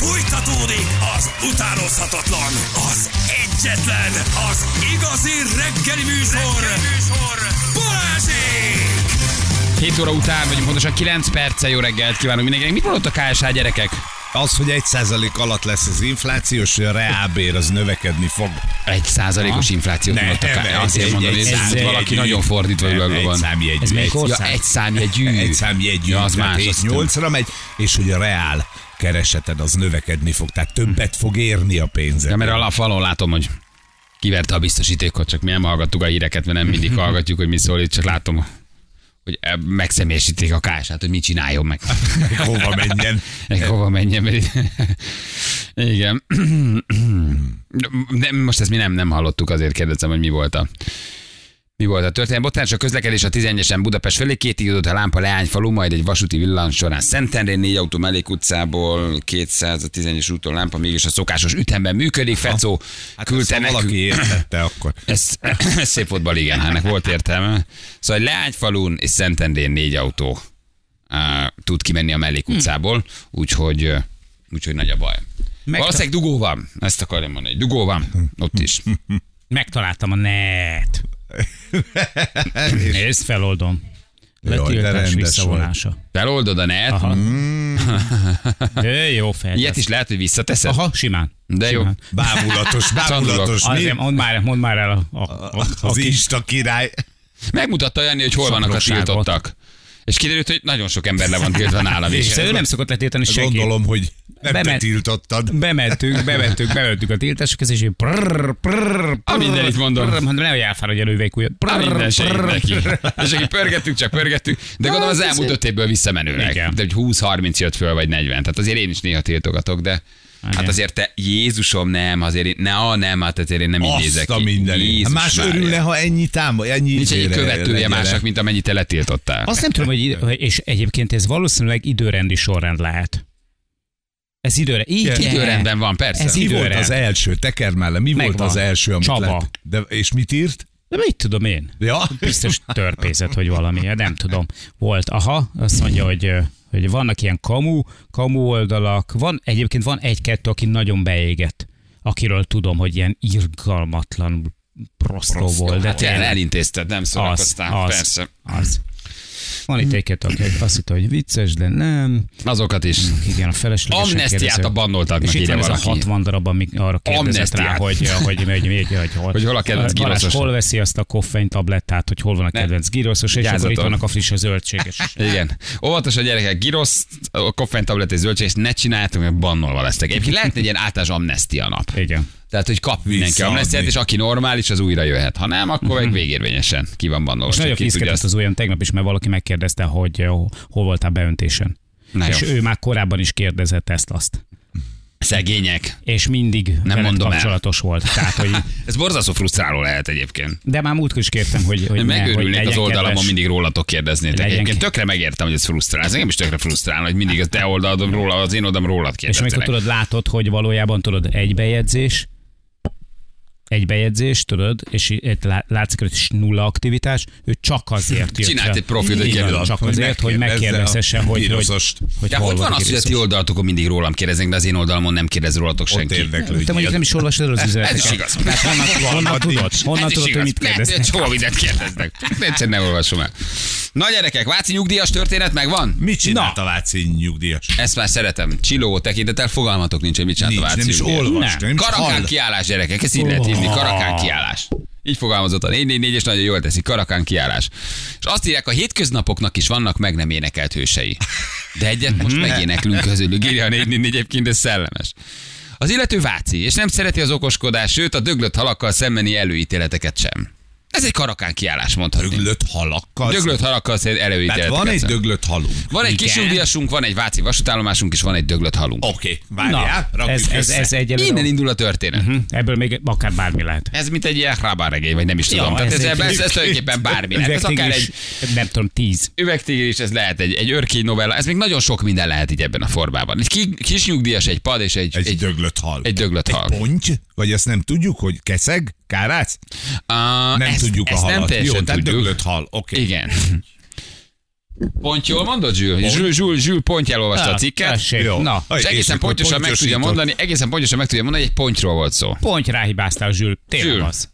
Fújtatódik az utánozhatatlan, az egyetlen, az igazi reggeli műsor, Balázsék! 7 óra után vagyunk, pontosan 9 perccel. Jó reggelt kívánunk mindenkinek. Mit mondott a KSH, gyerekek? Az, hogy 1% alatt lesz az inflációs, hogy a reálbér az növekedni fog. 1%-os inflációt mondott a KSH. Azért mondom, hogy valaki nagyon fordítva ül van. Ez melyik ország? Egy számjegyű. Egy számjegyű. Ja, az más. 8-ra megy, és hogy a reál kereseted az növekedni fog, tehát többet fog érni a pénzed. Ja, mert a falon látom, hogy kiverte a biztosítékot, csak mi nem hallgattuk a híreket, mert nem mindig hallgatjuk, hogy mi szól, itt csak látom, hogy megszemélyesítik a KSH-t, hogy mit csináljon meg. Hova menjen. Hova menjen, mert igen. De most ezt mi nem hallottuk, azért kérdezem, hogy mi volt a történet. Botáns a közlekedés a 11-esen Budapest felé, 2 jutott a lámpa Leányfalu, majd egy vasúti villancs során Szentendrén, 4 autó Mellékutcából, 200 a 11-es úton lámpa, mégis a szokásos ütemben működik. Fecó küldte nekünk. Valaki értette akkor. Ez szép volt, Bal, igen, ennek volt értelme. Szóval Leányfalun és Szentendrén 4 autó tud kimenni a Mellékutcából, úgyhogy nagy a baj. Valószínűleg dugó van, ezt akarjam mondani, dugó van ott is. Megtaláltam a net. Nézd, feloldom. Letiltás visszavonása. Feloldod a net? Jó fel. Ilyet is lehet, hogy visszateszed? Aha, simán. De jó. Simán. Bámulatos. Mondd már el az Insta király. Megmutatta Jani, hogy hol vannak a tiltottak. És kiderült, hogy nagyon sok ember le van tiltva nálam is. Szóval ő nem szokott letiltani senki. Gondolom, hogy nem te tiltottad. Bementünk a tiltásokhoz, és így A mindenit mondom. Nehogy elfáradj a lővékújat. A minden segít neki. És aki pörgettük, de gondolom az elmúlt 5 évből visszamenőleg. De 20-30 jött föl, vagy 40. Tehát azért én is néha tiltogatok, de hát azért te, Jézusom, nem, azért nem, hát azért én nem így nézek ki. Más örülne, ha ennyi nincs egy követője másnak, mint amennyit te letiltottál. Azt nem tudom, hogy és egyébként ez valószínűleg időrendi sorrend lehet. Ez időrendben van, persze. Ez mi volt az első? Tekerd mellé, mi volt az első, amit Csaba. És mit írt? De mit tudom én? Ja? Biztos törpézet, hogy valami, nem tudom. Volt, azt mondja, hogy vannak ilyen kamu oldalak, egyébként van egy-kettő, aki nagyon beégett, akiről tudom, hogy ilyen irgalmatlan prostó volt. Hát elintézted, nem szórakoztál, persze. Van itt egy-kettő, aki azt hitte, hogy vicces, de nem. Azokat is. Igen, a feleslegesen amnestiát a bannoltaknak írja valaki. És itt van ez a 60 darab, amik arra kérdezett rá, hogy hol a kedvenc gyroszos. Hol veszi azt a koffein tablettát, hogy hol van a kedvenc gyroszos, és akkor itt vannak a friss, a zöldséges. Igen. Óvatos a gyerekek, gyrosz, a koffein tablet és zöldség, és ne csináljátok, mert bannolva lesztek. Egyébként lehetne egy ilyen általános amnestia nap. Igen. Tehát, hogy kap mindenki amnestiát, és aki normális, az újra jöhet. Ha nem, akkor meg végérvényesen ki van bannolva. És nagyon fiszkedett az ujjam tegnap is, mert valaki megkérdezte, hogy hol voltál beöntésen. És ő már korábban is kérdezett ezt-azt. Szegények. És mindig nem mondom kapcsolatos volt. Tehát, hogy... Ez borzasztó frusztráló lehet egyébként. De már múltkor is kértem, hogy megőrülnék az oldalamon, kedves. mindig rólatok kérdeznétek. Egyébként tökre megértem, hogy ez frusztrál. Ez engem is tökre frusztrál, hogy mindig az te oldalad róla, az én oldalom rólad kérdeznek. És amikor látod, hogy valójában egy bejegyzés, és látszik, hogy is nulla aktivitás, ő csak azért jött. Csinált egy profilt, csak azért, hogy megkérdezhesse, hogy hol van az, hogy a ti oldalatokon mindig rólam kérdeznek, de az én oldalamon nem kérdez rólatok senki. Te mondjuk nem is olvasod el az üzeneteket. Ez is igaz. Honnan tudod, hogy mit kérdeznek? Soha mindent kérdeznek. Egyszerűen nem olvasom el. Na gyerekek, Váci nyugdíjas történet megvan? Mit csinált a Váci nyugdíjas? Ezt már szeretem. Csiló tekintettel fogalmatok nincs, hogy mit csinált a Váci nyugdíjas. Nem is olvastam. Karakán kiállás, gyerekek, ezt így lehet hívni, karakán kiállás. Így fogalmazott a 444, és nagyon jól teszik, karakán kiállás. És azt írják, a hétköznapoknak is vannak meg nem énekelt hősei. De egyet most megéneklünk közülük, írja a 444, egyébként ez szellemes. Az illető Váci, és nem szereti az okoskodást, sőt a döglött halakkal szembeni előítéleteket sem. Ez egy karakán kiállás, mondhatni. Döglött halakkal? Döglött halakkal előítéleteket. Tehát van egy döglött halunk. Van egy kis nyugdíjasunk, van egy váci vasútállomásunk, és van egy döglött halunk. Oké, várjál, rakjuk össze. Innen indul a történet. Ebből még akár bármi lehet. Ez mint egy ilyen rábárregény, vagy nem is tudom. Tehát ez tulajdonképpen bármi lehet. Ez akár egy, nem tudom, 10. Üvegtigris, ez lehet egy örkény novella. Ez még nagyon sok minden lehet így ebben a formában. Egy kis nyugdíjas, egy pad és egy döglött hal. Egy döglött hal. Egy ponty? Vagy ezt nem tudjuk, hogy keszeg? Kárác? Nem tudjuk a halat. Nem teljesen jó, tehát tudjuk. döglött hal. Okay. Igen. Pont jól mondod, Zsül Pont elolvasta a cikket. Tessék. Jó. Na, És egészen akkor pontosan meg tudja pontosított. mondani, egy pontyról volt szó. Ponty ráhibáztál, Zsül. Tényleg Zsül. az.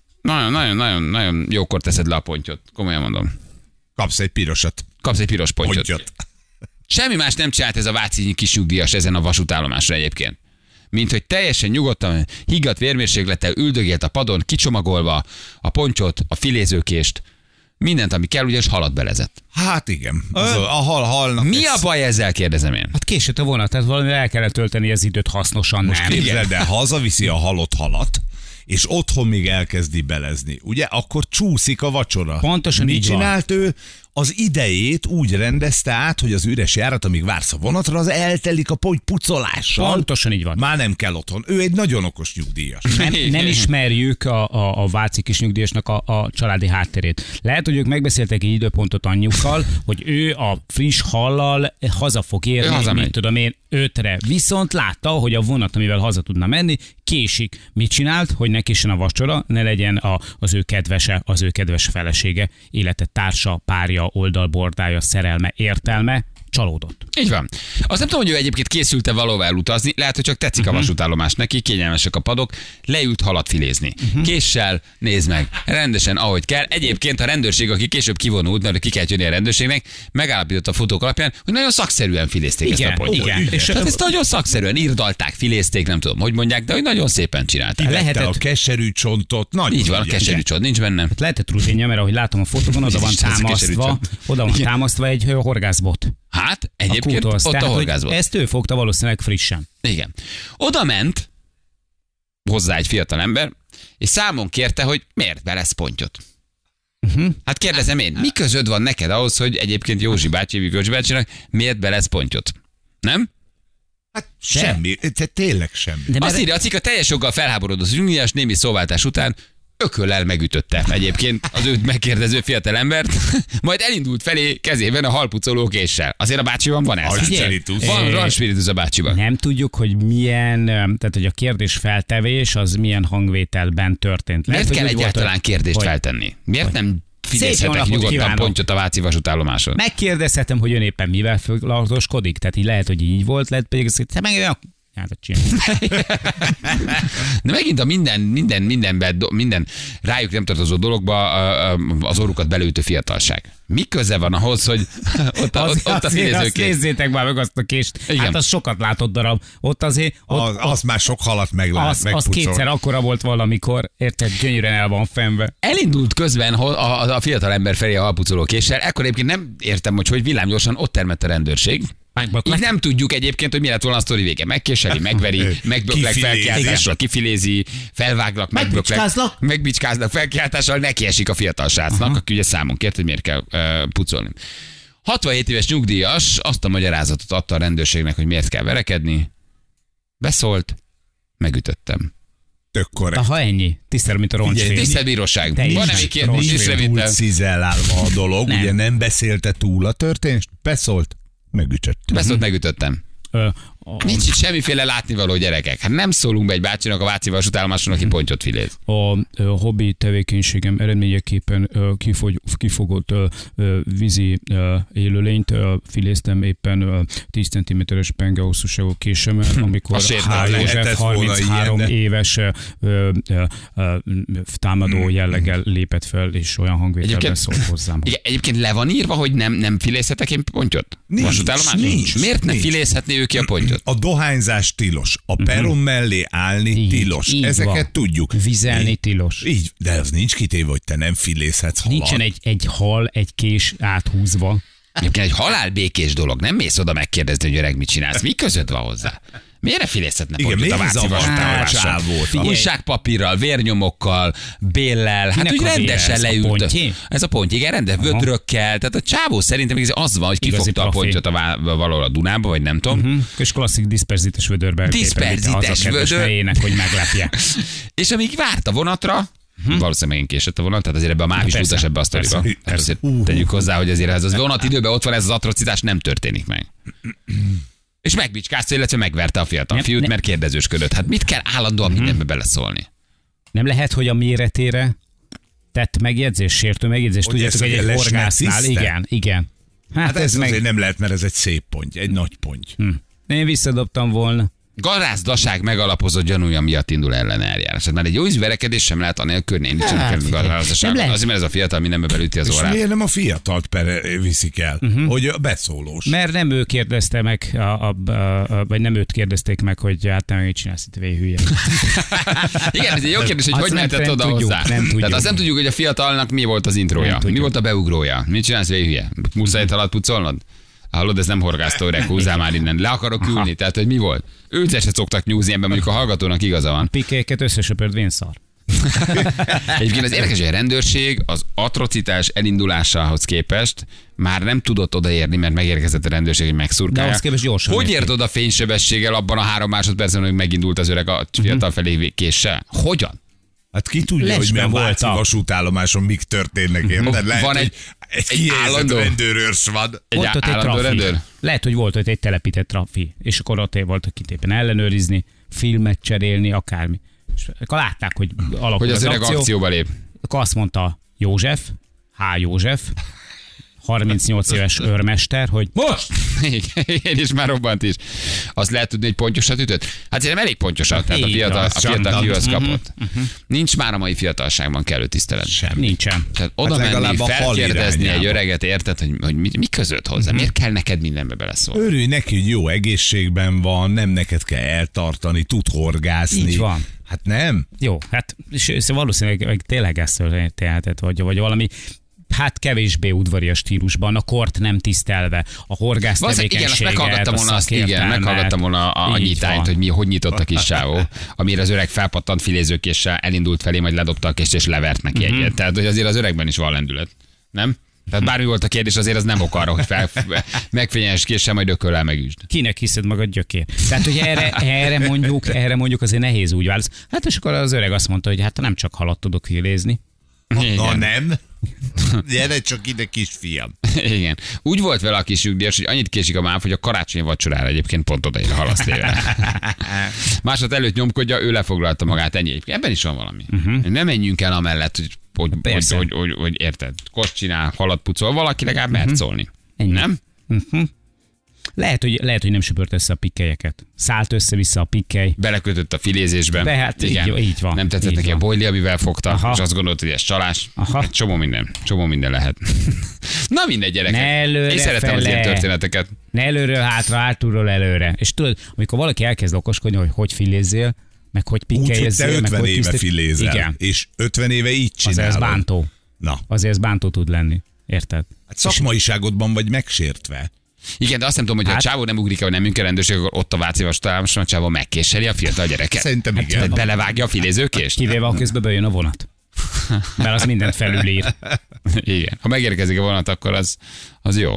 Nagyon jókor teszed le a pontyot. Komolyan mondom. Kapsz egy pirosat. Kapsz egy piros pontyot. Pontyot. Semmi más nem csinált ez a váci kis nyugdíjas ezen a vasútállomásra egyébként. Mint hogy teljesen nyugodtan, higgadt vérmérséklettel üldögélt a padon, kicsomagolva a pontyot, a filézőkést, mindent, ami kell, ugyanis halat belezett. Hát igen. A halnak. Mi a baj ezzel, kérdezem én? Hát késett a vonat, tehát valami el kellett tölteni az időt hasznosan, Most nem? képzeld el, hazaviszi a halott halat, és otthon még elkezdi belezni. Ugye? Akkor csúszik a vacsora. Pontosan Mit így van. csinált ő? Az idejét úgy rendezte át, hogy az üres járat, amíg vársz a vonatra, az eltelik a pucolással. Pontosan így van. Már nem kell otthon. Ő egy nagyon okos nyugdíjas. Nem ismerjük a váci kis nyugdíjasnak a családi hátterét. Lehet, hogy ők megbeszéltek egy időpontot anyjukkal, hogy ő a friss hallal haza fog Ő érni, hazamegy. mit tudom én, 5-re. Viszont látta, hogy a vonat, amivel haza tudna menni, késik. Mit csinált, hogy ne késsen a vacsora, ne legyen az ő kedvese, az ő kedves felesége, illetve társa, párja, oldalbordája, szerelme, értelme, csalódott. Így van. Azt nem tudom, hogy ő egyébként készült-e valóval elutazni, lehet, hogy csak tetszik a vasútállomás neki, kényelmesek a padok, leült halat filézni. Késsel, nézd meg, rendesen, ahogy kell. Egyébként a rendőrség, aki később kivonult, mert ki kell jönni a rendőrségnek, megállapított a fotók alapján, hogy nagyon szakszerűen filézték ezt a pontyot. igen. És Tehát ezt nagyon szakszerűen írdalták, filézték, nem tudom, hogy mondják, de hogy nagyon szépen csinálták. Vette a keserű csontot. Nagyon Így van, a ügyes. keserű csont, nincs benne. lehetett rutinja, mert ahogy látom a fotóban, oda van Ez is keserű támasztva, csont. oda van támasztva egy horgászbot. Hát, A egyébként kúthoz. ott Tehát, a hogy horgászbot. ezt ő fogta valószínűleg frissen. Igen. Oda ment hozzá egy fiatal ember, és számon kérte, hogy miért belesz pontyot. Hát kérdezem én, mi közöd van neked ahhoz, hogy egyébként Józsi bácsi, Józsi bácsinak miért belesz pontyot? Nem? Hát semmi, tényleg semmi. De Azt írja a cikk, a teljes joggal felháborodott az ügyes némi szóváltás után ököllel megütötte egyébként az őt megkérdező fiatal embert, majd elindult felé kezében a halpucoló késsel. Azért a bácsiban van ez. Spiritus. Van spiritus a bácsiban. nem tudjuk, hogy milyen, tehát hogy a kérdés feltevés az milyen hangvételben történt. Miért hogy kell úgy volt, egyáltalán kérdést hogy- feltenni? Miért nem Szép jó figyelhetek napot nyugodtan kívánok! pontyot a váci vasútállomáson? Megkérdezhetem, hogy ön éppen mivel foglalkozik, tehát így lehet, hogy így volt, lehet pedig azt, te meg hát csinálj. De megint a minden rájuk nem tartozó dologba az orrukat belőtő fiatalság. Mi köze van ahhoz, hogy ott a Azt figyelzőkész? nézzétek már meg azt a kést. Igen. Hát az sokat látott darab. Ott azért, Az már sok halat az kétszer akkora volt valamikor, érted, gyönyörűen el van fennve. Elindult közben a fiatal ember felé a halpucoló késsel, ekkor egyébként nem értem, hogy villámgyorsan ott termett a rendőrség. Így nem tudjuk egyébként, hogy mi lett volna a sztori vége. Megkéseli, megveri, megböklek Kifilézi. felkiáltással, kifilézi, felváglak, megbicskáznak felkiáltással, neki esik a fiatal srácnak, aki ugye számon kért, hogy miért kell pucolni. 67 éves nyugdíjas azt a magyarázatot adta a rendőrségnek, hogy miért kell verekedni. Beszólt, megütöttem. Tök korrekt. Ha ennyi. Tisztel, mint a roncsfény. Tisztelt bíróság, Te is van-e vagy. még kérdés? Rossz Túl Észrevétel? cizellálva a dolog, Nem. ugye nem beszélte túl a történést, beszólt, megütött. Beszólt, megütöttem. Nincs itt semmiféle látnivaló, gyerekek. Hát nem szólunk be egy bácsinak a váci vasútállomáson, aki pontyot filéz. A hobbi tevékenységem eredményeképpen kifogott vízi élőlényt filéztem éppen 10 cm-es penge hosszúságú késemmel, amikor A sétál H. József lehetett volna 33 ilyen, de- éves támadó jelleggel lépett fel, és olyan hangvételben Egyébként- szólt hozzám. Igen, egyébként le van írva, hogy nem filézhetek én pontyot? Nincs, Vasútállomáson? nincs, Miért nem nincs. filézhetné ő ki a pontyot? A dohányzás tilos, a peron mellé állni Így, tilos. így Ezeket van. tudjuk. Vizelni Így- tilos. Így, de az nincs kitéve, hogy te nem filézhetsz halat. Nincsen egy hal, egy kés áthúzva. Egyébként egy halálbékés dolog. Nem mész oda megkérdezni, hogy öreg, mit csinálsz. Mi között van hozzá? Miért ne filézhetne Igen, pontyot a miért váci zavartál a vasútállomáson? csávót? Figyelj. Újságpapírral, vérnyomokkal, béllel, hát Kinek úgy a vére rendesen ez, a leült. pontyé? Ez a ponty, igen, rendes vödrökkel. Tehát a csávó szerintem az van, hogy Igazi kifogta a profi. pontyot valahol a Dunába, vagy nem tudom. És klasszik diszperzites vödörbe. Diszperzites vödör. Fejének, hogy meglepje. És amíg várt a vonatra, valószínűleg megint késett a vonat, tehát azért ebbe a mávis persze, utas ebbe a sztoriba. persze, Tehát azért tegyük hozzá, hogy azért ez az vonat időben ott van, ez az atrocitás nem történik meg. És megbicskázta, illetve megverte a fiatal Nem, fiút, nem. mert kérdezősködött. Hát mit kell állandóan mindenbe beleszólni? Nem lehet, hogy a méretére tett megjegyzés, sértő megjegyzés. Hogy Tudjátok, ezt hogy egy ugye horgásznál, lesmetszte? igen. Hát ez azért nem lehet, mert ez egy szép ponty, egy nagy ponty. Én visszadobtam volna. Garázdaság megalapozott gyanúja miatt indul ellen eljárás. Hát már egy jó ízű verekedés sem lehet anélkül, hogy nincsenek kerülni garázdaságon. Azért, mert ez a fiatal mindenbe belüti az És órát. miért nem a fiatalt viszik el, hogy a beszólós? Mert nem ő kérdezte meg, vagy nem őt kérdezték meg, hogy hát nem, mit csinálsz itt, hülye. Igen, ez egy jó kérdés, hogy Azt hogy nem mehetett oda tudjuk, hozzá. nem tudjuk. Tehát azt nem tudjuk, hogy a fiatalnak mi volt az intrója, mi volt a beugrója. Mit csinálsz, hülye? Muszáj alatt pucolnod? Hallod, ez nem horgásztó öreg, húzzál már innen. Le akarok ülni, tehát hogy mi volt? Őt se szoktak nyúzni ebben, mondjuk a hallgatónak igaza van. Pikéket összesöpört vénszar. Egyébként az érdekes, hogy a rendőrség az atrocitás elindulásához képest már nem tudott odaérni, mert megérkezett a rendőrség, hogy De megszurkálja. ahhoz képest gyorsan Hogy érték. ért oda fénysebességgel abban a 3 másodpercben, hogy megindult az öreg a fiatal felé késsel? Hogyan? Hát ki tudja, hogy Lesben milyen Váci voltak. vasútállomáson mik történnek, érted? Lehet, Van hogy egy kihelyezett állandó- rendőrőrs van. Volt ott egy állandó trafi. rendőr? Lehet, hogy volt ott egy telepített trafi, és akkor ott voltak itt éppen ellenőrizni, filmet cserélni, akármi. És akkor látták, hogy alakul Hogy az öreg akció. akcióba lép. Akkor azt mondta József, József, 38 éves őrmester, hogy most! Igen, és már robbant is. Azt lehet tudni, hogy pontyosat ütött? Hát szerintem elég pontyosat, tehát a Így fiatal, van, a fiatal csapdalt. fiú az kapott. Nincs már a mai fiatalságban kellő tisztelet. Nincsen. Tehát oda Hát menni, legalább a hal felkérdezni irányába. egy öreget, érted, hogy mi között hozzá? Miért kell neked mindenbe beleszólni? Örülj neki, hogy jó egészségben van, nem neked kell eltartani, tud horgászni. Így van. Hát nem. Jó, hát és valószínűleg tényleg ezt történetet, vagy valami hát kevésbé udvarias stílusban, a kort nem tisztelve, a horgász Valószínűleg igen, azt tevékenységet, meghallgattam volna, azt igen, szakértelmet. meghallgattam volna a Így nyitányt, van. hogy nyitott a kis csávó, amire az öreg felpattant filézőkéssel, elindult felé, majd ledobta a kést és levert neki egyet. Tehát, hogy azért az öregben is van lendület. Nem? Tehát bármi volt a kérdés, azért az nem ok arra, hogy megfényes késsel, majd ököllel megüsd. Kinek hiszed magad gyökér? Tehát, hogy erre mondjuk azért nehéz úgy válasz. Hát és akkor az öreg azt mondta, hogy hát nem csak halat tudok filézni. Na Igen. nem. Gyere csak ide, kisfiam. Igen. Úgy volt vele a kis nyugdíjas, hogy annyit késik a máv, hogy a karácsonyi vacsorára egyébként pont odaér a halasztével. Másnap előtt nyomkodja, ő lefoglalta magát, ennyi. Egyébként ebben is van valami. Nem menjünk el amellett, Persze. hogy érted, kost csinál, halat pucol, valaki legalább mert szólni. Ennyi. Nem? Lehet, hogy nem söpört össze a pikkelyeket. Szállt össze-vissza a pikkely. Belekötött a filézésbe. De hát így van, Nem tetszett így neki a van. bojli, amivel fogta, Aha. és azt gondolt, hogy ez csalás. Aha. Hát csomó minden lehet. Na mindegy, gyerekek. Ne előre Én szeretem az ilyen fele. történeteket. Ne előről hátra, hátulról előre. És tudod, amikor valaki elkezd okoskodni, hogy filézzél, meg hogy Úgy, hogy te pikkeljezzél, meg 50 hogy éve tisztít- filézel. Igen, És 50 éve így azért csinálod. ez bántó. Na, Azért ez bántó tud lenni. Érted? hát szakmaiságodban vagy megsértve. Igen, de azt nem tudom, hogy Hát- a csávó nem ugrik el, vagy nem jön a rendőrség, akkor ott a Váci vasútállomáson a csávó megkéseli a fiatal gyereket. Szerintem igen. Tehát belevágja a filézőkést? Kivéve, ha közben bejön a vonat. Mert az mindent felülír. Igen. Ha megérkezik a vonat, akkor az jó.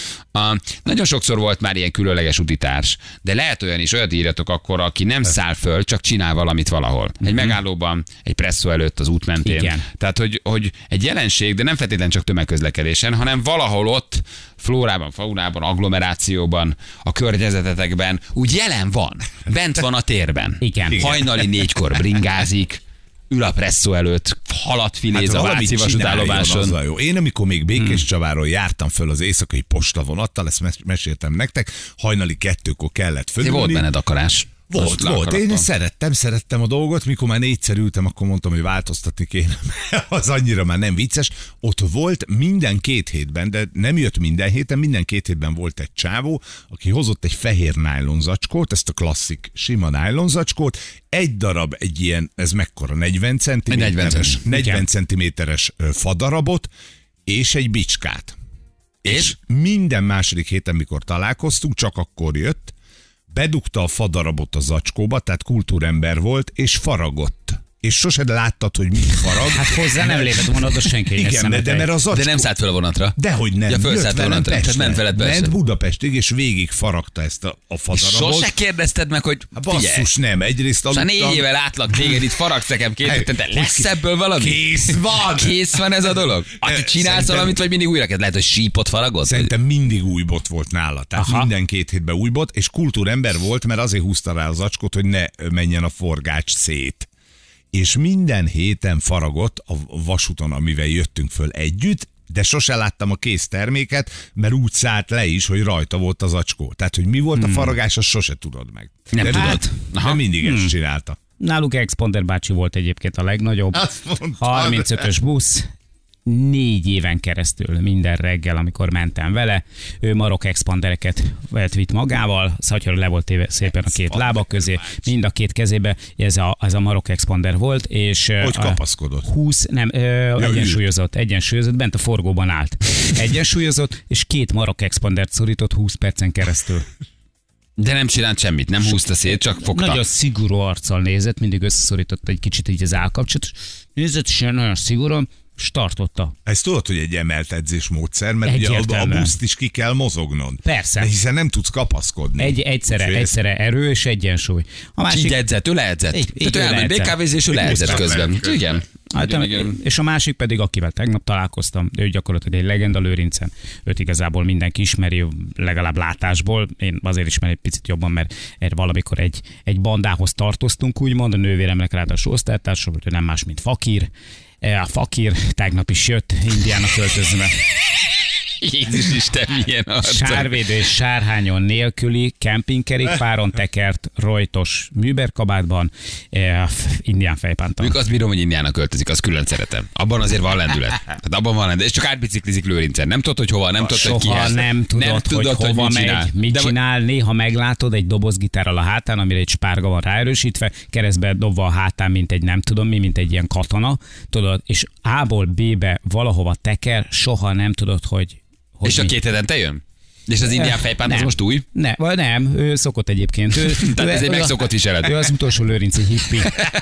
Nagyon sokszor volt már ilyen különleges utitárs, de lehet olyan is, olyat írjatok akkor, aki nem száll föl, csak csinál valamit valahol. Egy megállóban, egy presszó előtt, az út mentén. Igen. Tehát, hogy egy jelenség, de nem feltétlenül csak tömegközlekedésen, hanem valahol ott, flórában, faunában, agglomerációban, a környezetetekben, úgy jelen van. Bent van a térben. Igen. Hajnali 4-kor bringázik, ül a presszó előtt, halat filéz a valamit Váci vasútállomáson. csináljon, az a jó. Én amikor még Békéscsaváról jártam föl az éjszakai postavonattal, ezt meséltem nektek, hajnali 2-kor kellett fölülni. Volt benned akarás. Volt. Én szerettem a dolgot, mikor már 4-szer ültem, akkor mondtam, hogy változtatni kéne, mert az annyira már nem vicces. Ott volt minden 2 hétben, de nem jött minden héten, minden 2 hétben volt egy csávó, aki hozott egy fehér nájlonzacskót, ezt a klasszik sima nájlonzacskót, egy darab egy ilyen, ez mekkora, 40 centiméteres, 40 centiméteres fadarabot, és egy bicskát. És minden második héten, mikor találkoztunk, csak akkor jött, bedugta a fadarabot a zacskóba, tehát kultúrember volt, és faragott. És sosem láttad, hogy mit farag. Hát hozzá nem lépett volna oda senki. Igen, de mert a zacskó... De nem szállt fel a vonatra. Dehogy nem. Ja, Jött fölszállt velem volna, tehát Pestre. ment veled Pestre. Ment Budapestig, és végig faragta ezt a fadarabot. Sose kérdezted meg, hogy figyelj, Basszus, nem. Egyrészt most már 4 éve látlak téged, itt faragsz nekem 2 héten, de lesz ebből valami? Kész van! Kész van ez a dolog? Te csinálsz valamit, vagy mindig újra kell? Lehet, hogy sípot faragod? Szerintem mindig új bot volt nála. Tehát Aha. minden 2 hétben új bot, és kultúrember volt, mert azért húzta rá az zacskót, hogy ne menjen a forgács szét. És minden héten faragott a vasúton, amivel jöttünk föl együtt, de sose láttam a kész terméket, mert úgy szállt le is, hogy rajta volt az acskó. Tehát, hogy mi volt a faragás, azt sose tudod meg. Nem de tudod. De mindig ezt csinálta. Náluk Exponder bácsi volt egyébként a legnagyobb. Azt mondtad. 35-ös busz, 4 éven keresztül minden reggel, amikor mentem vele, ő Marok Expandereket vitt magával, Szatyor le volt téve szépen a két lába közé, mind a két kezébe, ez a Marok Expander volt, és... Hogy kapaszkodott? 20, nem, egyensúlyozott, bent a forgóban állt. Egyensúlyozott, és 2 Marok Expandert szorított 20 percen keresztül. De nem csinált semmit, nem húzta szét, csak fogta. Nagyon szigorú arccal nézett, mindig összeszorította egy kicsit így az állkapcsot, nézett, és nagyon szigorúan, és tartotta. Ezt tudod, hogy egy emelt edzésmódszer, mert ugye a buszt is ki kell mozognod. Persze. De hiszen nem tudsz kapaszkodni. Egyszerre erő és egyensúly. A másik... Így edzett, ő leedzett. Tehát ő elment BKV-zni, és ő leedzett közben. Igen. És a másik pedig, akivel tegnap találkoztam, ő gyakorlatilag egy legenda Lőrincen. Őt igazából mindenki ismeri, legalább látásból. Én azért ismerem egy picit jobban, mert valamikor egy bandához tartoztunk, úgymond, a nővéremnek ráadásul osztálytársam, hogy nem más, mint Fakír. A Fakír tegnap is jött Indiának költözve. Jézus Isten, milyen arca. Sárvédő és sárhányon nélküli, kempingkerékpáron tekert, rojtos műberkabátban, indián fejpántal. Mondjuk azt bírom, hogy Indiának költözik, azt külön szeretem. Abban azért van lendület. Hát abban van lendület. És csak átbiciklizik Lőrincen. Nem tudod, hogy hova, nem tudod, hogy kihez. Nem tudod, hogy hova megy, mit csinál. Néha meglátod egy dobozgitárral a hátán, amire egy spárga van ráerősítve, keresztbe dobva a hátán, mint egy nem tudom mi, mint egy ilyen katona. Tudod, és A-ból B-be valahova teker, soha nem tudod, hogy és a 2 hetente jön? És az indián fejpánt az most új? Nem, ő szokott egyébként. Tehát ez egy megszokott viselet. Ő az utolsó lőrinci hippi.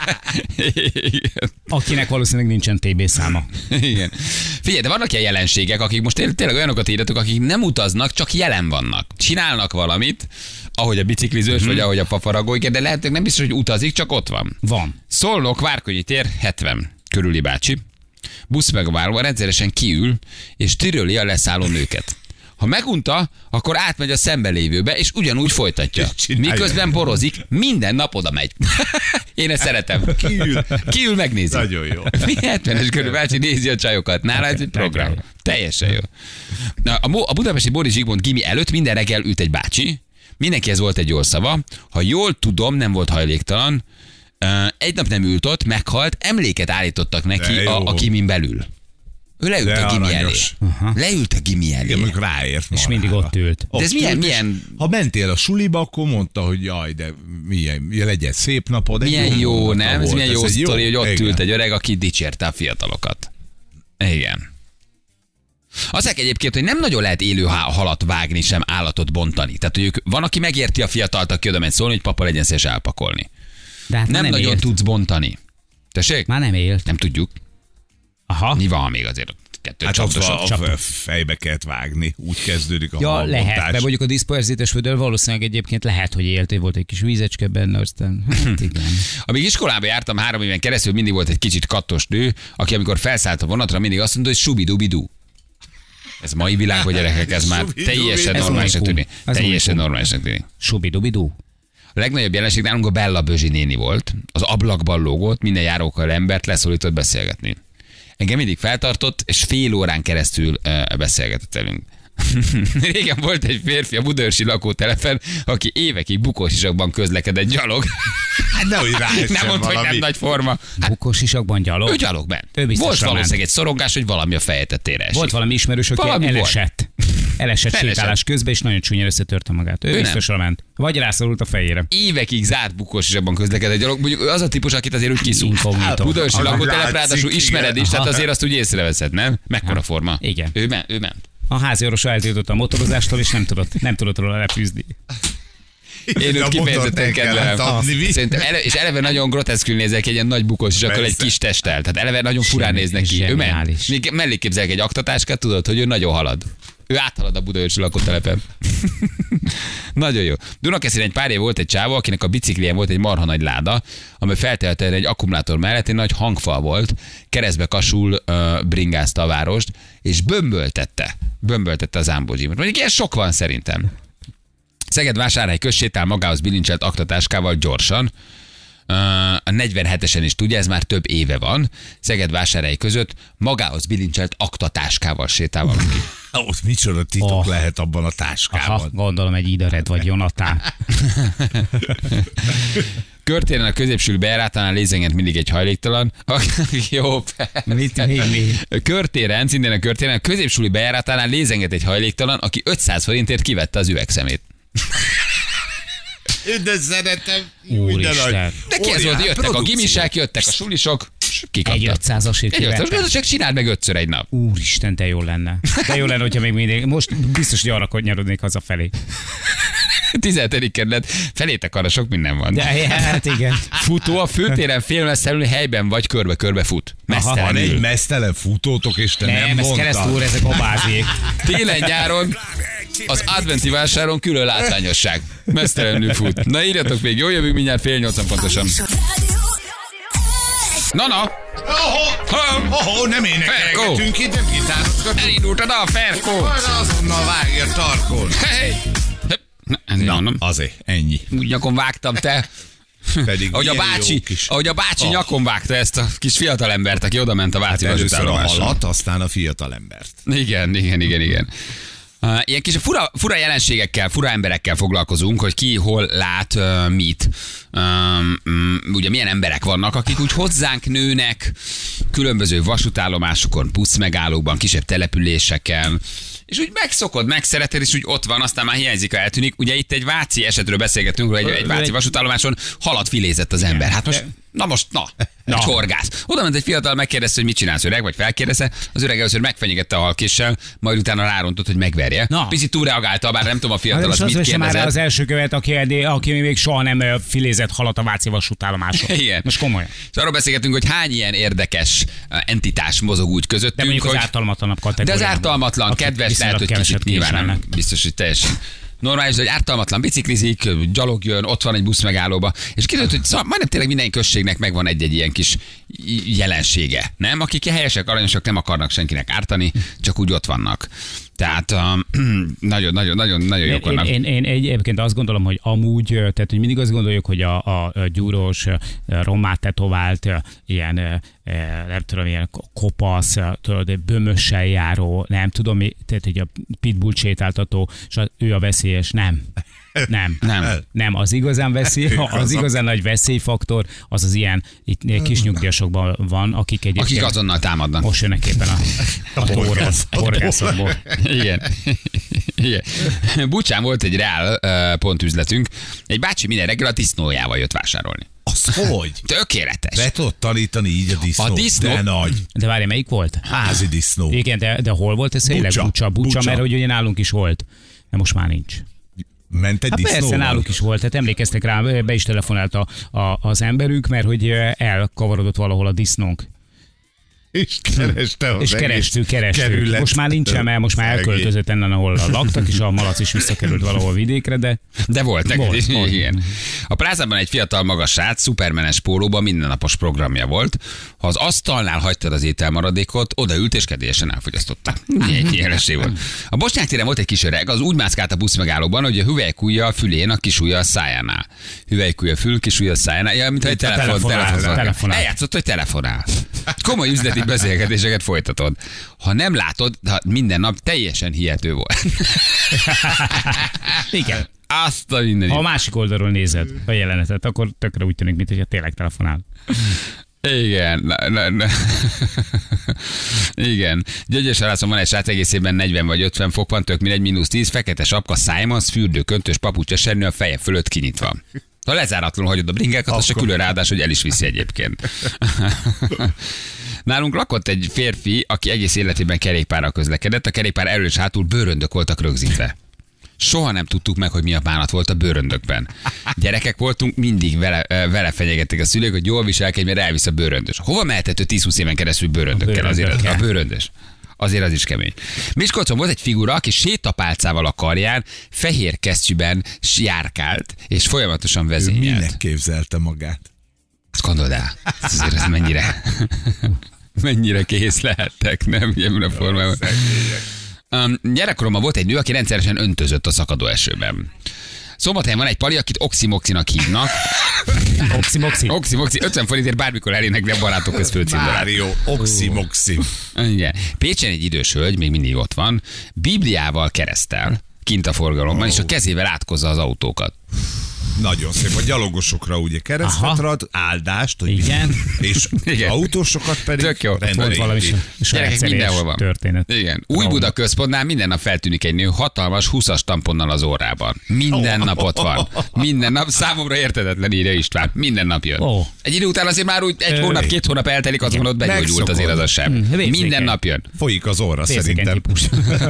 Akinek valószínűleg nincsen TB száma. Igen. Figyelj, de vannak ilyen jelenségek, akik most tényleg olyanokat írjatok, akik nem utaznak, csak jelen vannak. Csinálnak valamit, ahogy a biciklizős, vagy ahogy a fafaragó, de lehet, hogy nem biztos, hogy utazik, csak ott van. Van. Szolnok, Várkonyi tér, 70. Körüli bácsi. Busz megválva rendszeresen kiül, és tiröli a leszálló nőket. Ha megunta, akkor átmegy a szembelévőbe, és ugyanúgy folytatja. Miközben borozik, minden nap oda megy. Én ezt szeretem. Kiül, megnézi. Nagyon jó. 70-es körül bácsi nézi a csajokat. Nála ez egy program. Teljesen jó. A budapesti Boris Zsigmond gimi előtt minden reggel ült egy bácsi. Mindenkihez volt egy jó szava. Ha jól tudom, nem volt hajléktalan. Egy nap nem ült ott, meghalt, emléket állítottak neki a gimin belül. Ő leült a gimi elé. Leült a gimi elé. Igen, ráért. És mindig ott ült. De ez milyen... Ha mentél a suliba, akkor mondta, hogy jaj, de milyen legyen szép napod. Milyen jó, nem? Ez milyen jó sztori, hogy ott ült egy öreg, aki dicsérte a fiatalokat. Igen. Aztán egyébként, hogy nem nagyon lehet élő halat vágni, sem állatot bontani. Tehát, hogy van, aki megérti a fiatalt, aki oda megy szólni, hogy papa legyen szíves elpakolni. De hát nem nagyon tudsz bontani. Tessék? Már nem élt. Nem tudjuk. Aha. Mi van még azért? Hát a fejbe kellett vágni. Úgy kezdődik a halbontás. Lehet, de mondjuk a diszperzites vödör valószínűleg egyébként lehet, hogy élt, volt egy kis vízecske benne, aztán hát igen. Amíg iskolába jártam 3 éven keresztül, mindig volt egy kicsit kattos nő, aki amikor felszállt a vonatra, mindig azt mondta, hogy subidubidu. Ez mai világban, gyerekek, ez már teljesen normálisnak tűnik. Teljesen normálisnak tűnik. Subidubidu. A legnagyobb jelenség nálunk a Bella Bözsi néni volt. Az ablakban lógott, minden járókkal embert leszólított beszélgetni. Engem mindig feltartott, és fél órán keresztül beszélgetett velünk. Régen volt egy férfi a budaörsi lakótelepen, aki évekig bukósisakban közlekedett gyalog. Hát nehogy nem mondta, hogy nem nagy forma. Bukósisakban gyalog? Ő gyalog ment. Volt valószínűleg egy szorongás, hogy valami a feje tettére esik. Volt valami ismerős, aki elesett sétálás közben, és nagyon csúnyán összetörte magát. Ő biztosra ment. Vagy rászorult a fejére. Évekig zárt bukósisakban közlekedett gyalog. Mondjuk az a típus, akit azért úgy kiszúr. Budaörsi lakótelep, ráadásul ismered is, tehát azért azt úgy észreveszed, nem? Mekkora forma. Igen. Ő ment. A házi orvosa eltiltotta a motorozástól, és nem tudott róla lefűzni. Én őt kifejezetten kedvelem. Szerintem és eleve nagyon groteszkül nézek egy ilyen nagy bukós, és akkor egy kis testtel. Tehát eleve nagyon furán néznek ki. Ő ment. Mellé képzelek egy aktatáskát, tudod, hogy ő nagyon halad. Ő áthalad a budaörsi lakótelepen. Nagyon jó. Dunakeszin egy pár év volt egy csávó, akinek a biciklien volt egy marha nagy láda, amely feltehetően egy akkumulátor mellett egy nagy hangfal volt, keresztbe kasul bringázta a várost, és bömböltette a Zambogimot. Mondjuk ilyen sok van szerintem. Szeged-Vásárhely közsétál magához bilincselt aktatáskával gyorsan. A 47-esen is tudja, ez már több éve van. Szeged-Vásárhely között magához bilincselt aktatáskával sétál valaki. Ott micsoda titok lehet abban a táskában. Aha, gondolom egy Idared vagy Jonatán. Körtéren a középső bejárátánál lézengett mindig egy hajléktalan. Jó, Körtéren, szintén a körtéren, a középsúli bejárátánál lézengett egy hajléktalan, aki 500 forintért kivette az üvegszemét. De szeretem. Úristen. Neki ez volt, jöttek a gimisek, jöttek a sulisok, Egy 500-asért kivette. Csak csináld meg 5-ször egy nap. Úristen, de jó lenne. De jó lenne, hogyha még mindig. Most biztos, hogy arra nyarodnék hazafelé. 17. kerület, felétek arra sok minden van. De hát igen. Futó a főtéren félmeztelenül helyben vagy körbe-körbe fut. Van egy Mesztelenül. mesztelen futótok, és te nem Nem, ez mondtad. keresztúr, ezek a báziék. Télen-nyáron az adventi vásáron külön látványosság. Mesztelenül fut. Na írjatok még, jól jövünk mindjárt 7:30 pontosan. Na. Nem énekelgetünk itt, nem gitározgatunk. Elindult a dal, Ferkó. Azonnal vágja tarkon. Hey. Na, azért, ennyi. úgy nyakon vágtam, te. Pedig Ahogy a bácsi nyakon vágta ezt a kis fiatalembert, aki oda ment a Váci először a vasútállomáson. halat, aztán a fiatalembert. Igen. Ilyen kis fura jelenségekkel, fura emberekkel foglalkozunk, hogy ki hol lát mit. Ugye milyen emberek vannak, akik úgy hozzánk nőnek, különböző vasútállomásokon, buszmegállókban, kisebb településeken, és úgy megszereted, és úgy ott van, aztán már hiányzik, ha eltűnik. Ugye itt egy váci esetről beszélgetünk, hogy egy váci vasútállomáson halat filézett az ember. Hát most, egy horgász. Oda ment egy fiatal, megkérdezte, hogy mit csinálsz, öreg, vagy felkérdezte. Az öreg először megfenyegette a halkéssel, majd utána rárontott, hogy megverje. Picit túlreagálta, bár nem tudom a fiatal az mit kérdezett. Már az első követ, aki még soha nem filézett halat a váci vasútállomáson. Igen. Most komolyan. És arról beszélgetünk, hogy hány ilyen érdekes entitás mozog úgy közöttünk. De mondjuk az ártalmatlanabb kategória. De az ártalmatlan, kedves, lehet, hogy kicsit nyilván nem biztos, hogy teljesen normális, hogy ártalmatlan biciklizik, gyalog jön, ott van egy buszmegállóba, és kiderült, hogy szóval majdnem tényleg minden községnek megvan egy-egy ilyen kis jelensége, nem? Akik helyesek, aranyosak, nem akarnak senkinek ártani, csak úgy ott vannak. Tehát nagyon jók vannak. Én egyébként azt gondolom, hogy amúgy, tehát hogy mindig azt gondoljuk, hogy a gyúrós, rommá tetovált, ilyen, nem tudom, ilyen kopasz, tudod, bömössel járó, nem tudom, tehát hogy a pitbull sétáltató, és ő a veszélyes, nem, az igazán az igazán nagy veszélyfaktor, az ilyen itt kis nyugdíjasokban van, akik azonnal támadnak. Most jönnek éppen a horgászokból. Igen. Bucsán volt egy reál pontüzletünk. Egy bácsi minden reggel a disznójával jött vásárolni. Az hogy? Tökéletes. Be tudod tanítani így a disznót. A disznó? De nagy. De várj, melyik volt? Házi disznó. Igen, de hol volt ez tényleg? Bucsa, mert hogy ugye nálunk is volt. De most már nincs. Ment egy disznóval? Persze, náluk is volt, tehát emlékeztek rá, be is telefonált az emberük, mert hogy elkavarodott valahol a disznónk. És kereste és kerestük. Most már nincsen, mert most már elköltözött ennen, ahol laktak, és a malac is visszakerült valahol vidékre, de volt. Igen. A plázában egy fiatal magas srác, szupermenes pólóban mindennapos programja volt. Ha az asztalnál hagytad az ételmaradékot, odaült és kedélyesen elfogyasztotta. Egy jelenesség volt. A Bosnyák téren volt egy kis öreg, az úgy mászkált a buszmegállóban, hogy a hüvelykujja a fülén, a kisujja a szájánál. Hüvelykujja fül, kisujja a szájánál. Ja, mintha egy telefonál. Eljátszott, hogy telefonál. Komoly üzleti beszélgetéseket folytatod. Ha nem látod, minden nap teljesen hihető volt. Igen. Azt a mindenit. Ha a másik oldalról nézed a jelenetet, akkor tökre úgy tűnik, mintha tényleg telefonál. Igen. Igen. Gyögyöshalászon van egy srác, egész évben 40 vagy 50 fok van, tök mindegy, -10, fekete sapka, szájmasz, fürdő, köntös, papucs, esernyő a feje fölött kinyitva. Ha lezáratlanul hagyod a bringákat, az se külön ráadás, hogy el is viszi egyébként. Nálunk lakott egy férfi, aki egész életében kerékpárral közlekedett, a kerékpár elől és hátul bőröndök voltak rögzítve. Soha nem tudtuk meg, hogy mi a bánat volt a bőröndökben. Gyerekek voltunk, mindig vele fenyegették a szülők, hogy jól viselkedj, mert elvisz a bőröndös. Hova mehetett ő 10-20 éven keresztül bőröndökkel? Azért a bőröndös. Azért az is kemény. Miskolcon volt egy figura, aki sétapálcával a karján, fehér kesztyűben járkált, és folyamatosan vezényelt. Minek képzelte magát? Azt gondold el. Azért ez mennyire kész lehettek, nem? Ebben a formában. Gyerekkoromban volt egy nő, aki rendszeresen öntözött a szakadó esőben. Szombathelyen van egy pali, akit Oximoxinak hívnak. Oximoxi. Oximoxi, 50 forintért bármikor elénekli a barátok közt főcímben. Mário, oximoxim. Igen. Pécsen egy idős hölgy, még mindig ott van, Bibliával keresztel, kint a forgalomban, és a kezével átkozza az autókat. Nagyon szép. A gyalogosokra ugye keresztet rad, áldást, hogy Igen. és Igen. autósokat pedig Tök jó. Volt valami Gyerekek, mindenhol van. történet. Igen. Új Buda központnál minden nap feltűnik egy nő hatalmas 20-as tamponnal az órában. Minden nap ott van. Minden nap. Számomra értetetlen, írja István. Minden nap jön. Ó. Egy idő után azért már úgy egy hónap, 2 hónap eltelik, azt mondod, begyógyult Megszokod. azért az a seb. Vérzékeny. Minden nap jön. Folyik az orra Vérzékeny szerintem. típus.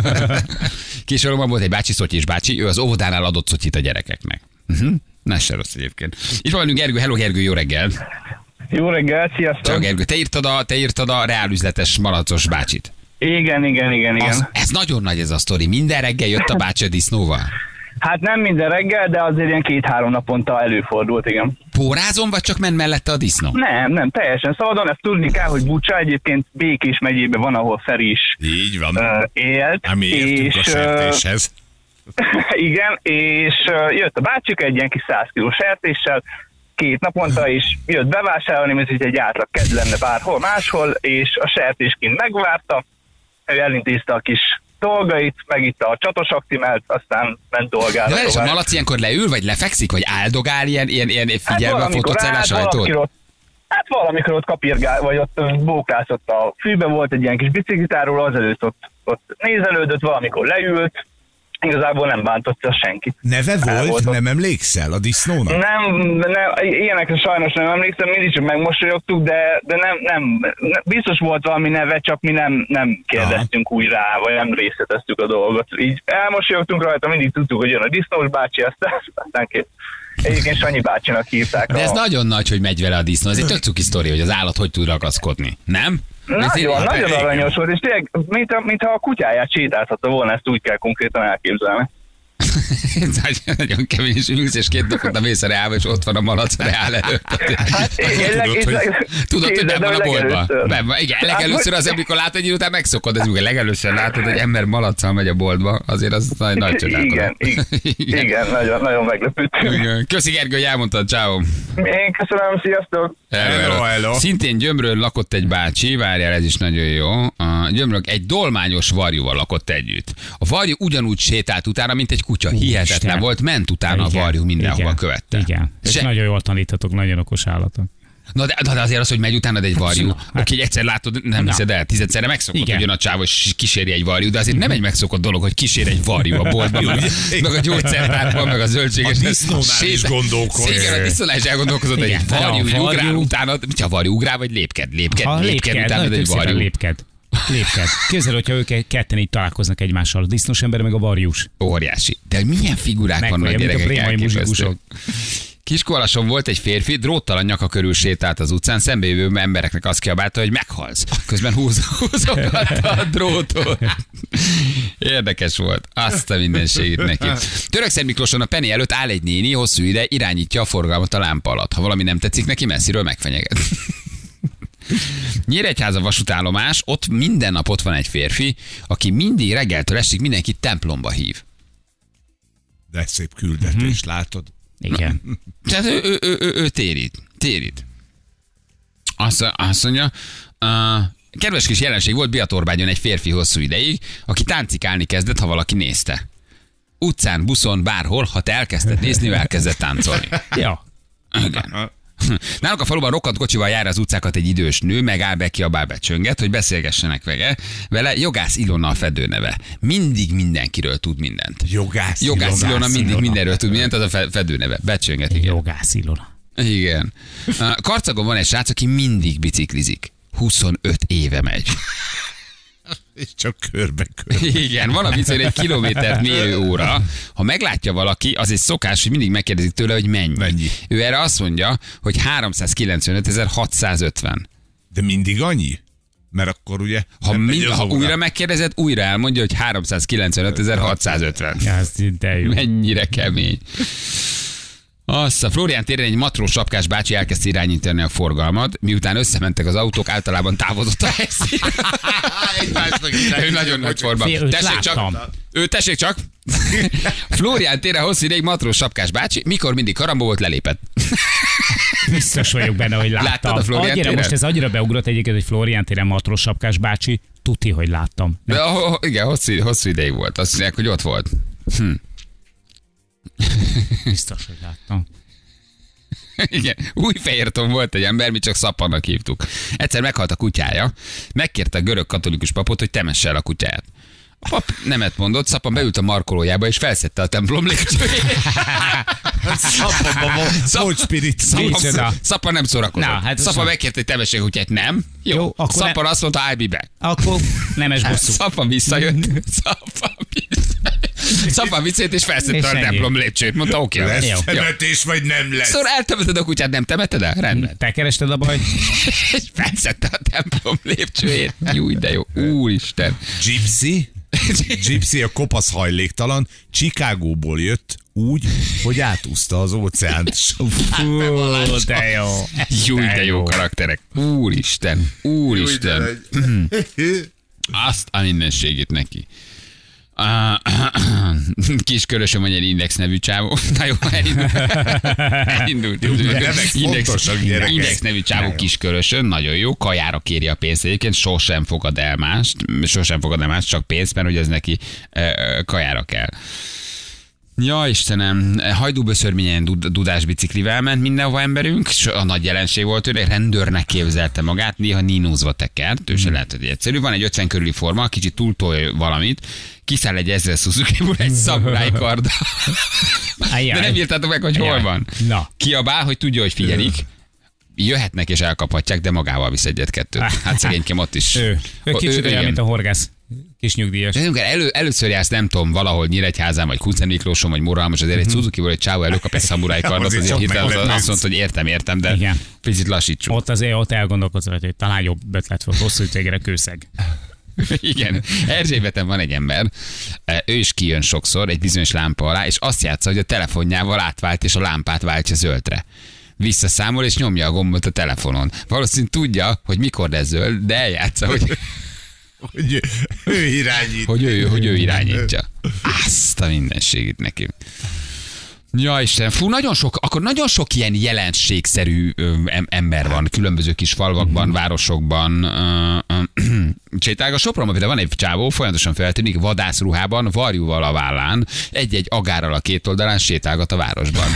Később volt egy bácsi, Szotyis bácsi, ő az óvodánál adott szotyit a gyerekeknek. Na, se rossz egyébként. Itt van velünk Gergő. Hello Gergő, jó reggel. Jó reggel, sziasztok! Csak Gergő, te írtad a reálüzletes malacos bácsit. Igen. Ez nagyon nagy ez a sztori. Minden reggel jött a bácsi a disznóval. Hát nem minden reggel, de azért ilyen 2-3 naponta előfordult, igen. Pórázon, vagy csak ment mellette a disznó? Nem, teljesen szabadon. Ezt tudni kell, hogy Bucsa egyébként Békés megyében van, ahol Feri is Így van. élt. Mi értünk a sertéshez. Igen, és jött a bácsik egy ilyen kis 100 kilós sertéssel, 2 naponta, és jött bevásárolni, mint hogy egy átlag kedv lenne bárhol máshol, és a sertés kint megvárta, ő elintézte a kis dolgait, megitta a csatos aktimelt, aztán ment dolgára De és a tovább. malac ilyenkor leül, vagy lefekszik, vagy áldogál ilyen figyelve a valamikor fotocellás állt, ajtót? valamikor ott kapirgál, vagy ott bóklászott a fűbe, volt egy ilyen kis biciklitáról, azelőtt ott nézelődött, valamikor leült, igazából nem bántotta senkit. Neve volt, ott. nem emlékszel a disznónak? Nem, ilyenekre sajnos nem emlékszem, mindig csak megmosolyogtuk, de nem, biztos volt valami neve, csak mi nem kérdeztünk úgy rá, vagy nem részleteztük a dolgot. Így elmosolyogtunk rajta, mindig tudtuk, hogy jön a disznós bácsi, aztán kész. Egyébként Sanyi bácsinak hívták. De ez nagyon nagy, hogy megy vele a disznó. Ez egy tök cuki sztori, hogy az állat hogy tud ragaszkodni. Nem? Nagyon aranyos volt, és tényleg, mintha a kutyáját sétáltatta volna, ezt úgy kell konkrétan elképzelni. Nagyon kemény, és ülsz, és 2 napot mész a reálba, és ott van a malac a reál előtt. Tudod, hogy nem van a boltba. Igen, legelőször az, amikor látod, hogy után megszokod, ez legelőször látod, hogy ember malacsal megy a boltba, azért az nagy csodálkozat. Igen, nagyon meglepődtünk. Köszi Gergő, hogy elmondtad, ciao. Én köszönöm, sziasztok! Hello. Szintén Gyömrön lakott egy bácsi, várjál, ez is nagyon jó. A Gyömrön egy dolmányos varjúval lakott együtt. A varjú ugyanúgy sétált utána, mint egy kutya. Hihetetlen Isten. volt, ment utána a varjú, mindenhova követte. Igen, és nagyon jól taníthatok, nagyon okos állatok. Na de azért az, hogy megy utánad egy varjú, aki egyszer látod, nem hiszed el, 10-szerre megszokott, hogy jön a csáv, és kíséri egy varjú, de azért nem egy megszokott dolog, hogy kísér egy varjú a boltban, meg a gyógyszertárban, meg a zöldséges. A disznónál is gondolkodsz. Igen, a disznónál is elgondolkozott, hogy egy varjú ugrál utánad, mit a varjú ugrál, vagy lépked utánad egy varjú. Lépked. Képzeld, hogyha ők ketten így találkoznak egymással, a disznós ember meg a varjús. Óriási. De milyen figurák vannak, gyerekek, elképesztő. Kiskolason volt egy férfi, dróttalan nyaka körül sétált az utcán, szembejövő embereknek azt kiabálta, hogy meghalsz. Közben húzogatta a drótot. Érdekes volt. Azt a mindenségét neki. Törökszent Miklóson a Penny előtt áll egy néni, hosszú ide irányítja a forgalmat a lámpa alatt. Ha valami nem tetszik neki, messziről megfenyeget. Nyíregyháza vasútállomás, ott minden nap ott van egy férfi, aki mindig reggeltől estig mindenkit templomba hív. De szép küldetés, látod? Igen. Tehát ő térít. Azt mondja, kedves kis jelenség volt Biatorbányon egy férfi hosszú ideig, aki táncikálni kezdett, ha valaki nézte. Utcán, buszon, bárhol, ha te elkezdted nézni, ő elkezdett táncolni. Ja. Igen. Náluk a faluban rokkant kocsival jár az utcákat egy idős nő, megáll be, kiabál be, csönget, hogy beszélgessenek vele. Jogász Ilona a fedőneve. Mindig mindenkiről tud mindent. Jogász Ilona mindig mindenről tud mindent, az a fedőneve. Becsönget, igen. Jogász Ilona. Igen. Karcagon van egy srác, aki mindig biciklizik. 25 éve megy. És csak körbe. Igen, van a bicikli egy kilométert mérő óra. Ha meglátja valaki, az egy szokás, hogy mindig megkérdezik tőle, hogy mennyi. Ő erre azt mondja, hogy 395.650. De mindig annyi? Mert akkor ugye... Ha újra megkérdezed, újra elmondja, hogy 395.650. Ja, ez de jó. Mennyire kemény. Azt a Flórián téren egy matrós sapkás bácsi elkezdte irányítani a forgalmat, miután összementek az autók, általában távozott a helyszínre. Ő nagyon nagy forma. Tessék csak. Flórián téren hosszú ideig matrós sapkás bácsi, mikor mindig karambó volt, lelépett. Biztos vagyok benne, hogy láttam. Láttad a Flórián annyira, téren? most ez annyira beugrott egyébként, hogy Flórián téren matrós sapkás bácsi, tuti, hogy láttam. De, igen, hosszú ideig volt. Azt mondják, hogy ott volt. Biztos, hogy láttam. Igen, Újfehérton volt egy ember, mi csak Szappannak hívtuk. Egyszer meghalt a kutyája, megkérte a görög katolikus papot, hogy temesse el a kutyáját. A pap nemet mondott, Szappan beült a markolójába, és felszedte a templom lépcsőjét. Volt spirit. Szappan nem szórakozott. Na, hát Szappan megkérte, hogy temesse a kutyát, nem. Jó, akkor Szappan azt mondta, I'll be back. Akkor nemes bosszú. Szappan visszajött. Szappan visszajött, és felszedte a ennyi. templom lépcsőjét. Mondta, oké. Lesz temetés, vagy nem lesz? Szóval eltemeted a kutyát, nem temeted el? Rendben. Te kerested a baj? És felszedte a templom lépcsőjét. Jó, de jó. Úristen. Gypsy, a kopasz hajléktalan, Chicagóból jött úgy, hogy átúszta az óceánt. Fú, de jó. Jó, de jó karakterek. Úristen. Azt a mindenségét neki. Kiskörösön van egy Index nevű csávó. Na jó, elindult. Index nevű csávó Kiskörösön, nagyon jó, kajára kéri a pénzt egyébként, sosem fogad el mást, csak pénzt, mert hogy ez neki kajára kell. Ja, Istenem, hajdúböszörményen dudás biciklivel ment mindenhova emberünk, a nagy jelenség volt ő, rendőrnek képzelte magát, néha nínózva tekert, ő se lehet, hogy egyszerű. Van egy 50 körüli forma, kicsit túltolj valamit, kiszáll egy 1000 Suzuki-ból egy szamuráj karda. De nem írtátok meg, hogy hol van. Na. Kiabál, hogy tudja, hogy figyelik. Jöhetnek és elkaphatják, de magával visz egyet-kettőt. Hát szegénykém ott is. Ő kicsit olyan, mint a horgász. Kis nyugdíjas. Először jársz, nem tudom, valahol Nyíregyházán, vagy Kuncen Miklóson, vagy Moralmas, azért egy Suzuki-ból egy csávó előkap egy szamuráj kardot, azért hirtelen azt mondta, hogy értem, de igen. picit lassítsuk. Ott elgondolkozott, hogy talán jobb ötlet volt, hosszú tégere kőszeg. Igen, Erzsébeten van egy ember, ő is kijön sokszor egy bizonyos lámpa alá, és azt játsza, hogy a telefonjával átvált, és a lámpát váltja zöldre. Visszaszámol, és nyomja a gombot a telefonon. Valószínűleg tudja, hogy mikor lesz zöld, de eljátsza, hogy ő irányít. Hogy ő irányítja. Azt a mindenségét neki. Ja, Isten, nagyon sok ilyen jelenségszerű ember van, különböző kis falvakban, városokban. Sétálg a Sopronban például van egy csávó, folyamatosan feltűnik, vadászruhában, varjúval a vállán, egy-egy agárral a két oldalán sétálgat a városban.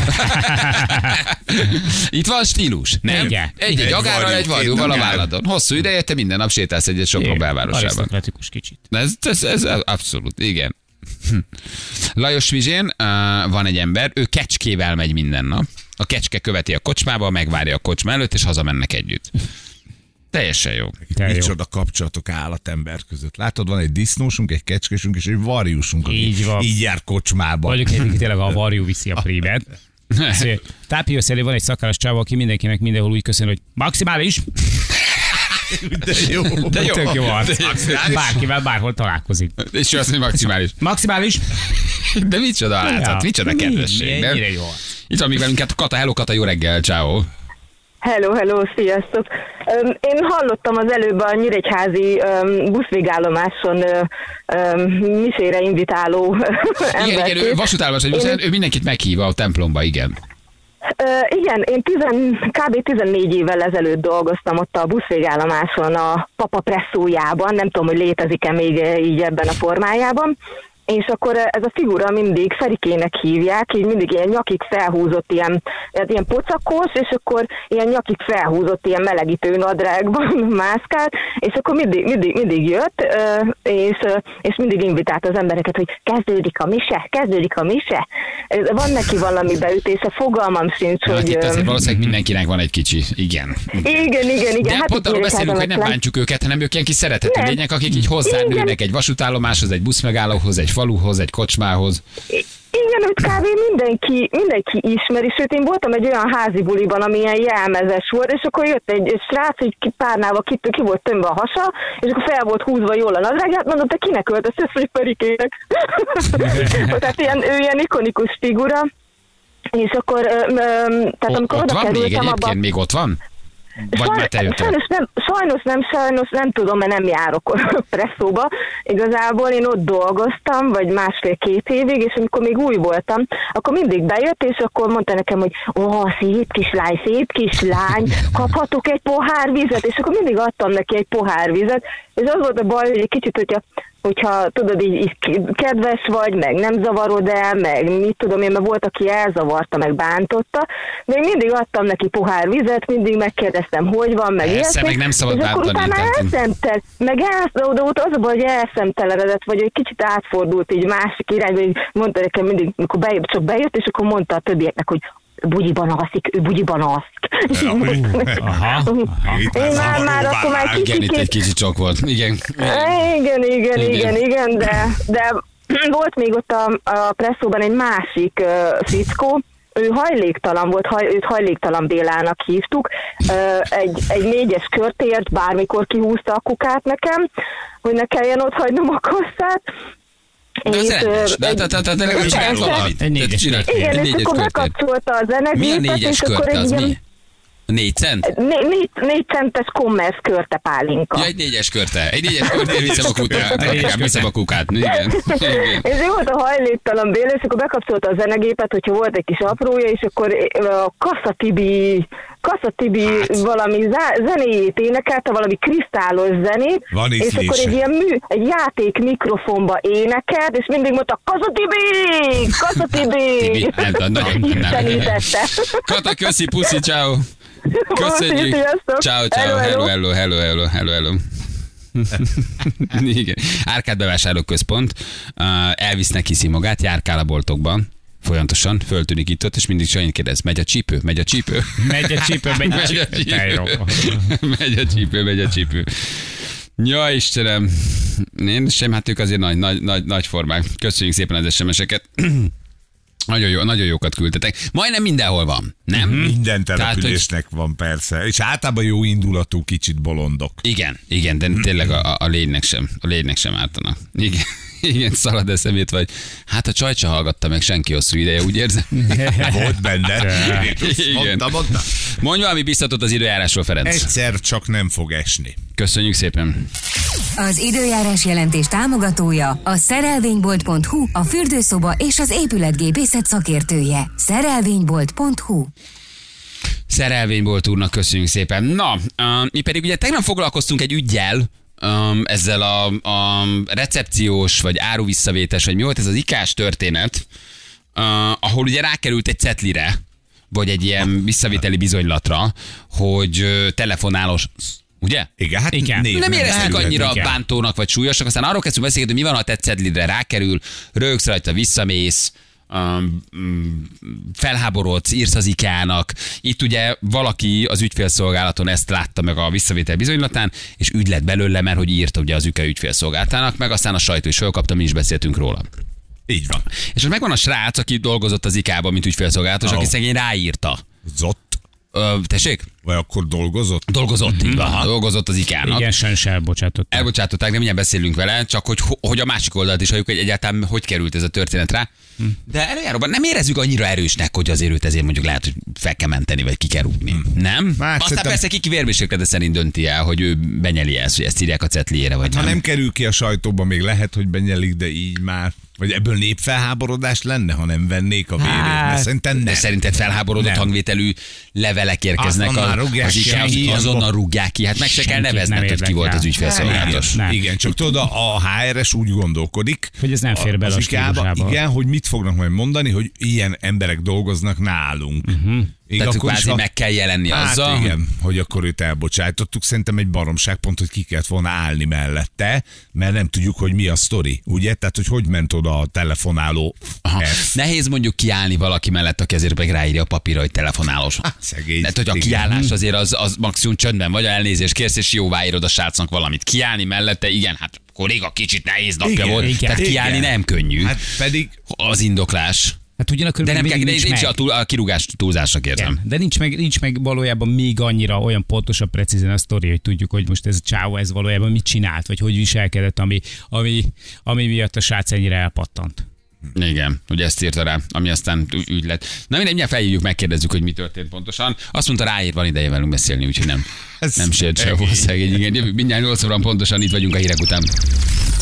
Itt van stílus, nem? Igen. Egy agárral, egy varjúval a válladon. Hosszú ideje, te minden nap sétálsz egy Sopron belvárosában. Arisztokratikus kicsit. Ez abszolút, igen. Lajos Vizsén van egy ember, ő kecskével megy minden nap. A kecske követi a kocsmába, megvárja a kocsma előtt, és hazamennek együtt. Teljesen jó. Micsoda kapcsolatok állatember között. Látod, van egy disznósunk, egy kecskésünk és egy varjúsunk, így van. Így jár kocsmába. Mondjuk egyébként tényleg a varjú viszi a prímet. Tápió szerint van egy szakállas csávó, aki mindenkinek mindenhol úgy köszön, hogy maximális. De jó. Tök jó arc. Bárkivel bárhol találkozik. És ő azt mondja, maximális. Maximális. De micsoda álcát, micsoda kedvesség. Ennyire jó. Itt van még velünk Kata, hello Kata, jó reggel, ciao. Hello, sziasztok! Én hallottam az előbb a nyíregyházi buszvégállomáson misére invitáló embert. Igen, ő vasútállomás, ő mindenkit meghív a templomba, igen. Igen, én kb. 14 évvel ezelőtt dolgoztam ott a buszvégállomáson a Papa presszójában, nem tudom, hogy létezik-e még így ebben a formájában. És akkor ez a figura mindig Ferikének hívják, így mindig ilyen nyakig felhúzott, ilyen pocakos, és akkor ilyen nyakig felhúzott, ilyen melegítő nadrágban mászkált, és akkor mindig jött, és mindig invitált az embereket, hogy kezdődik a mise. Van neki valami beütése, fogalmam sincs, hogy... Itt azért valószínűleg mindenkinek van egy kicsi, igen. Igen. De hát pont arról beszélünk, hogy nem bántjuk őket, hanem ők ilyen kis szerethető lények, akik így hozzánőnek egy vasútállomáshoz, egy buszmegállóhoz, egy faluhoz, egy kocsmához. Igen, hogy kb. mindenki ismeri, sőt én voltam egy olyan házi buliban, ami ilyen jelmezes volt, és akkor jött egy srác, egy párnával ki volt tömve a hasa, és akkor fel volt húzva jól a nadrágját, mondom, te kinek öltözsz, hogy Ferikének. Tehát ő ilyen ikonikus figura. És akkor, tehát amikor Ott oda van még kerültem abba... egyébként? Még ott van? Vagy már te jöttél? Sajnos nem tudom, mert nem járok presszóba. Igazából én ott dolgoztam, vagy 1,5-2 évig, és amikor még új voltam, akkor mindig bejött, és akkor mondta nekem, hogy szép kislány, kaphatok egy pohár vizet, és akkor mindig adtam neki egy pohár vizet, és az volt a baj, hogy egy kicsit, hogyha tudod, így kedves vagy, meg nem zavarod el, meg mit tudom én, mert volt, aki elzavarta, meg bántotta, de én mindig adtam neki pohár vizet, mindig megkérdeztem, hogy van, meg Persze, meg nem szabad és akkor bántani. utána de ott az a baj, hogy elszemtelenedett, vagy egy kicsit átfordult így másik irányba, hogy mondta nekem mindig, amikor csak bejött, és akkor mondta a többieknek, hogy bugyiban alszik. Én már akkor már Igen, itt egy kicsit sok volt. Igen, de volt még ott a presszóban egy másik fickó, ő hajléktalan volt, őt hajléktalan Bélának hívtuk, egy 4-es körtért bármikor kihúzta a kukát nekem, hogy ne kelljen ott hagynom a kasszát. De az rendes. De legalább csinált valamit. Igen, és akkor bekapcsolta a zenegépet. Mi a 4-es körte, az mi? 4 cent? 4 centes commerce körte pálinka. Ja, egy 4-es körte. Egy 4-es körte, viszem a kukát. Igen. És ő volt a hajléktalan Béla, és akkor bekapcsolta a zenegépet, hogyha volt egy kis aprója, és akkor a Kassa Tibi valami zenéjét énekelte, valami kristálos zenét, és akkor egy játék mikrofonba énekelt, és mindig mondta, Kassa Tibi! Istenítette. Kata, köszi, puszi, ciao. Köszönjük. Ciao. Hello. Igen. Árkád bevásárlóközpont, elvisznek, hiszi magát, járkál a boltokban. Folyamatosan föltűnik itt ott, és mindig Sanyi kérdez, megy a csípő? Megy a csípő. Megy a csípő. Ja, Istenem. Én sem, hát ők azért nagy formák. Köszönjük szépen az SMS-eket. Nagyon jókat küldtetek. Majdnem mindenhol van, nem? Minden településnek van, persze. És általában jó indulatú, kicsit bolondok. Igen, de tényleg a lénynek sem ártanak. Igen, szalad eszemét, vagy hát a Csajcsa hallgatta meg senki hosszú ideje, úgy érzem. Volt benne. Mondta. Mondj valami biztatott az időjárásról, Ferenc. Egyszer csak nem fog esni. Köszönjük szépen. Az időjárás jelentés támogatója a szerelvénybolt.hu, a fürdőszoba és az épületgépészet szakértője. Szerelvénybolt.hu. Szerelvénybolt úrnak köszönjük szépen. Na, mi pedig ugye tegnap foglalkoztunk egy üggyel, ezzel a recepciós, vagy áruvisszavétes, vagy mi volt ez az ikás történet, ahol ugye rákerült egy cetlire, vagy egy ilyen visszavételi bizonylatra, hogy telefonálós, ugye? Igen, hát igen. Nem éreztük annyira bántónak, vagy súlyosnak, aztán arról kezdtünk beszélgetni, hogy mi van, ha te cetlire rákerül, rögsz rajta, visszamész, felháborodsz, írsz az IKEA-nak. Itt ugye valaki az ügyfélszolgálaton ezt látta meg a visszavétel bizonylatán, és ügy lett belőle, mert hogy írta ugye az IKEA ügyfélszolgálatának, meg aztán a sajtó is felkapta, mi is beszéltünk róla. Így van. És most megvan a srác, aki dolgozott az IKEA-ban, mint ügyfélszolgálatos, aki szegény ráírta. Tessék? Vagy akkor dolgozott? Dolgozott, így van. Dolgozott az IKEA-nak. Igen, sajnos elbocsátották. Elbocsátották, de mindjárt beszélünk vele, csak hogy a másik oldalt is halljuk, hogy egyáltalán hogy került ez a történet rá. De előjáróban nem érezzük annyira erősnek, hogy azért őt ezért mondjuk lehet, hogy fel kell menteni, vagy ki kell rúgni. Nem? Aztán persze ki vérmérséklete szerint dönti el, hogy ő benyeli ezt, hogy ezt írják a cetliére, vagy ha nem kerül ki a sajtóba, még lehet, hogy benyelik, de így már. Vagy ebből népfelháborodás lenne, ha nem vennék a vérét? Mert szerintem nem. De szerinted felháborodott hangvételű levelek érkeznek az IKEA, azonnal rúgják ki. Hát meg se kell nevezned, hogy ki volt az ügyfélszolgálatos. Igen, csak tudod, a HRS úgy gondolkodik, hogy ez nem fér bele a stílusába. Igen, hogy mit fognak majd mondani, hogy ilyen emberek dolgoznak nálunk. Tehát kvázi meg kell jelenni azzal. Igen, hogy akkor őt elbocsájtottuk. Szerintem egy baromság pont, hogy ki kellett volna állni mellette, mert nem tudjuk, hogy mi a sztori, ugye? Tehát, hogy ment oda a telefonáló. Nehéz mondjuk kiállni valaki mellett, aki azért meg ráírja a papírra, hogy telefonálós. Szegény. Tehát, hogy a kiállás azért az maximum csöndben vagy, elnézést kérsz, és jóváírod a srácnak valamit. Kiállni mellette, igen, hát kolléga kicsit nehéz napja volt. Igen, tehát kiállni nem könnyű. Hát pedig az indoklás. Hát ugyanakkor de nem kell, nincs a kirúgás túlzásnak érzem. De nincs meg valójában még annyira olyan pontosan, precízen a sztori, hogy tudjuk, hogy most ez Ciao, ez valójában mit csinált, vagy hogy viselkedett, ami miatt a srác ennyire elpattant. Igen, ugye ezt írta rá, ami aztán ügy lett. Na mindjárt felhívjuk, megkérdezzük, hogy mi történt pontosan. Azt mondta, ráér, van ideje velünk beszélni, úgyhogy nem sért se valószínűleg. Igen, mindjárt 8 óra pontosan itt vagyunk a hírek után.